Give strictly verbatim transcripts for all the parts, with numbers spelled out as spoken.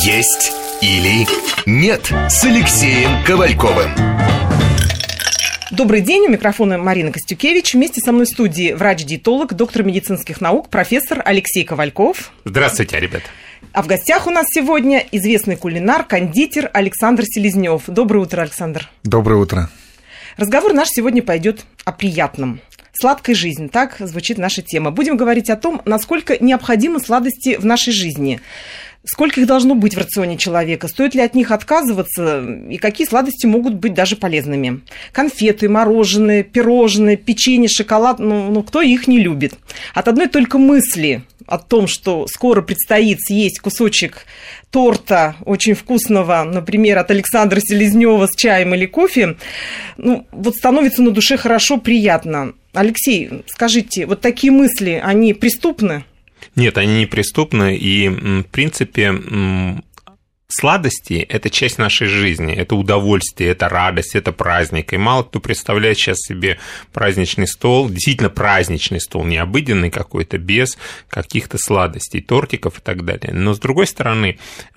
Есть или нет с Алексеем Ковальковым. Добрый день, у микрофона Марина Костюкевич. Вместе со мной в студии врач-диетолог, доктор медицинских наук, профессор Алексей Ковальков. Здравствуйте, ребята. А в гостях у нас сегодня известный кулинар, кондитер Александр Селезнев. Доброе утро, Александр. Доброе утро. Разговор наш сегодня пойдет о приятном. Сладкая жизнь, так звучит наша тема. Будем говорить о том, насколько необходимы сладости в нашей жизни. Сколько их должно быть в рационе человека? Стоит ли от них отказываться? И какие сладости могут быть даже полезными? Конфеты, мороженое, пирожные, печенье, шоколад. Ну, ну, кто их не любит? От одной только мысли о том, что скоро предстоит съесть кусочек торта очень вкусного, например, от Александра Селезнева с чаем или кофе, ну, вот становится на душе хорошо, приятно. Алексей, скажите, вот такие мысли, они преступны? Нет, они не преступны, и, в принципе, сладости – это часть нашей жизни, это удовольствие, это радость, это праздник. И мало кто представляет сейчас себе праздничный стол, действительно праздничный стол, не обыденный какой-то, без каких-то сладостей, тортиков и так далее. Но, с другой стороны,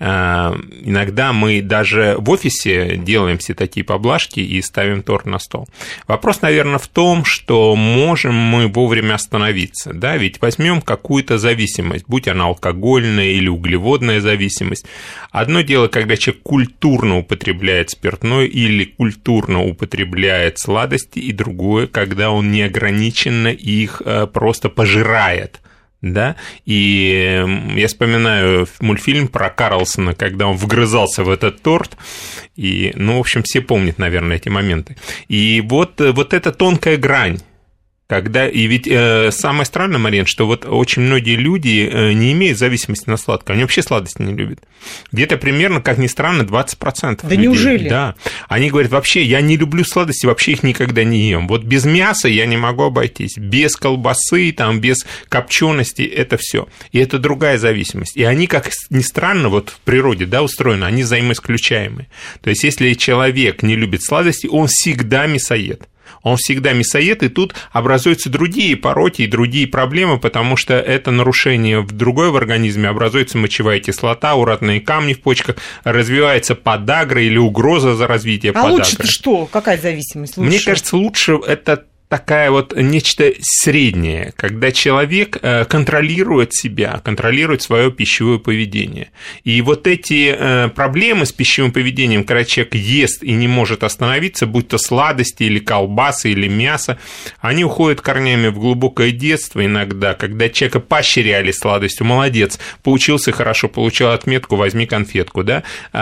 иногда мы даже в офисе делаем все такие поблажки и ставим торт на стол. Вопрос, наверное, в том, что можем мы вовремя остановиться, да, ведь возьмем какую-то зависимость, будь она алкогольная или углеводная зависимость. Одно дело, когда человек культурно употребляет спиртное или культурно употребляет сладости, и другое, когда он неограниченно их просто пожирает. Да? И я вспоминаю мультфильм про Карлсона, когда он вгрызался в этот торт, и, ну, в общем, все помнят, наверное, эти моменты. И вот, вот эта тонкая грань. Когда, и ведь э, самое странное, Марин, что вот очень многие люди э, не имеют зависимости на сладкое, они вообще сладости не любят. Где-то примерно, как ни странно, двадцать процентов. Да людей. Неужели? Да. Они говорят, вообще, я не люблю сладости, вообще их никогда не ем. Вот без мяса я не могу обойтись, без колбасы, там, без копчености, это все. И это другая зависимость. И они, как ни странно, вот в природе, да, устроены, они взаимоисключаемые. То есть, если человек не любит сладости, он всегда мясоед. Он всегда мясоед, и тут образуются другие пороки и другие проблемы, потому что это нарушение в другой в организме, образуется мочевая кислота, уратные камни в почках, развивается подагра или угроза за развитие а подагры. А лучше-то что? Какая зависимость? Лучше? Мне кажется, лучше это такая вот нечто среднее, когда человек контролирует себя, контролирует свое пищевое поведение. И вот эти проблемы с пищевым поведением, когда человек ест и не может остановиться, будь то сладости или колбасы или мясо, они уходят корнями в глубокое детство иногда, когда человека поощряли сладостью, молодец, поучился хорошо, получил отметку, возьми конфетку, да,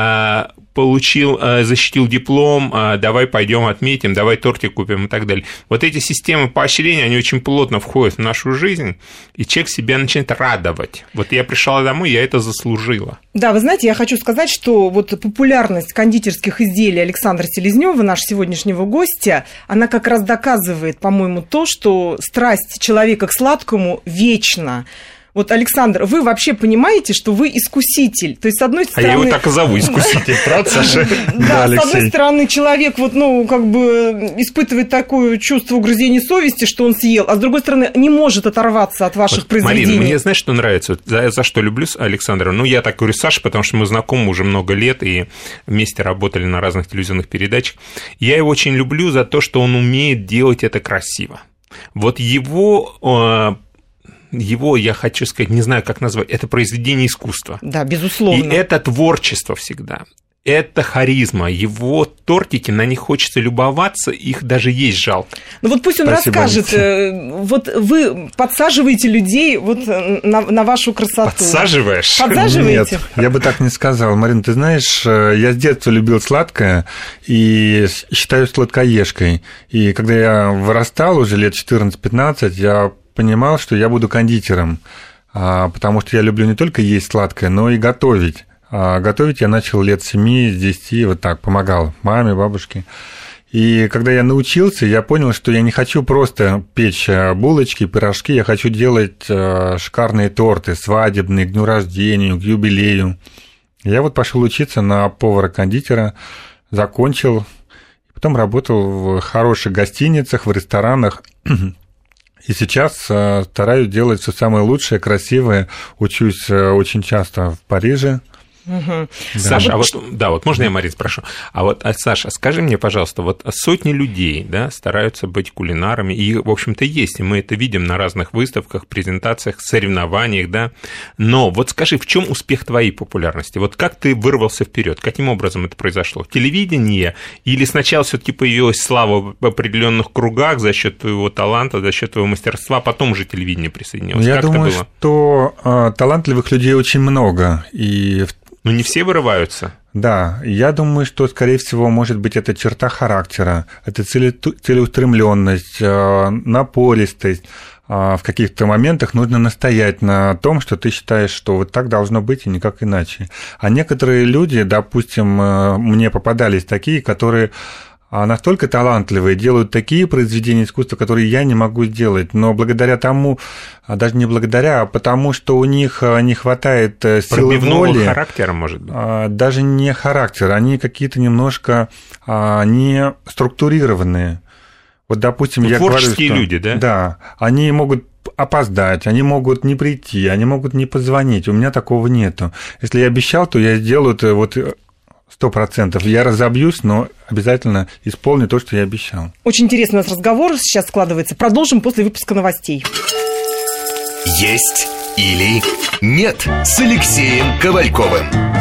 получил, защитил диплом, давай пойдем отметим, давай тортик купим и так далее. Вот эти системы поощрения, они очень плотно входят в нашу жизнь, и человек себя начинает радовать. Вот я пришла домой, я это заслужила. Да, вы знаете, я хочу сказать, что вот популярность кондитерских изделий Александра Селезнева, нашего сегодняшнего гостя, она как раз доказывает, по-моему, то, что страсть человека к сладкому вечна. Вот, Александр, вы вообще понимаете, что вы искуситель? То есть, с одной стороны... А я его так и зову, искуситель, правда, Саша? Да, с одной стороны, человек вот, ну, как бы испытывает такое чувство угрызения совести, что он съел, а с другой стороны, не может оторваться от ваших произведений. Марина, мне знаешь, что нравится? За, за что люблю Александра? Ну, я так говорю Саша, потому что мы знакомы уже много лет и вместе работали на разных телевизионных передачах. Я его очень люблю за то, что он умеет делать это красиво. Вот его... Его, я хочу сказать, не знаю, как назвать, это произведение искусства. Да, безусловно. И это творчество всегда. Это харизма. Его тортики, на них хочется любоваться, их даже есть жалко. Ну вот пусть он Спасибо, расскажет. Алексей. Вот вы подсаживаете людей вот на, на вашу красоту. Подсаживаешь? Подсаживаете? Нет, я бы так не сказал. Марин, ты знаешь, я с детства любил сладкое и считаю сладкоежкой. И когда я вырастал уже лет четырнадцать-пятнадцать, я понимал, что я буду кондитером, потому что я люблю не только есть сладкое, но и готовить. Готовить я начал лет семи, с десяти, вот так, помогал маме, бабушке. И когда я научился, я понял, что я не хочу просто печь булочки, пирожки, я хочу делать шикарные торты, свадебные, к дню рождения, к юбилею. Я вот пошел учиться на повара-кондитера, закончил, потом работал в хороших гостиницах, в ресторанах. И сейчас стараюсь делать все самое лучшее, красивое. Учусь очень часто в Париже. Угу. Да. Саша, а вот, а вот, да, вот можно я, Марин, спрошу? А вот, а, Саша, скажи мне, пожалуйста, вот сотни людей, да, стараются быть кулинарами, и, в общем-то, есть, и мы это видим на разных выставках, презентациях, соревнованиях, да, но вот скажи, в чем успех твоей популярности? Вот как ты вырвался вперед? Каким образом это произошло? Телевидение? Или сначала все-таки появилась слава в определенных кругах за счет твоего таланта, за счет твоего мастерства, потом уже телевидение присоединилось? Я как думаю, это было? что э, талантливых людей очень много, и но не все вырываются. Да, я думаю, что, скорее всего, может быть, это черта характера, это целеустремленность, напористость. В каких-то моментах нужно настоять на том, что ты считаешь, что вот так должно быть и никак иначе. А некоторые люди, допустим, мне попадались такие, которые настолько талантливые, делают такие произведения искусства, которые я не могу сделать, но благодаря тому, даже не благодаря, а потому что у них не хватает силы воли. Характера, может быть? Даже не характера, они какие-то немножко не структурированные. Вот, допустим, ну, я говорю, творческие что, люди, да? Да, они могут опоздать, они могут не прийти, они могут не позвонить, у меня такого нету. Если я обещал, то я сделаю это вот... Сто процентов. Я разобьюсь, но обязательно исполню то, что я обещал. Очень интересный у нас разговор сейчас складывается. Продолжим после выпуска новостей. Есть или нет с Алексеем Ковальковым.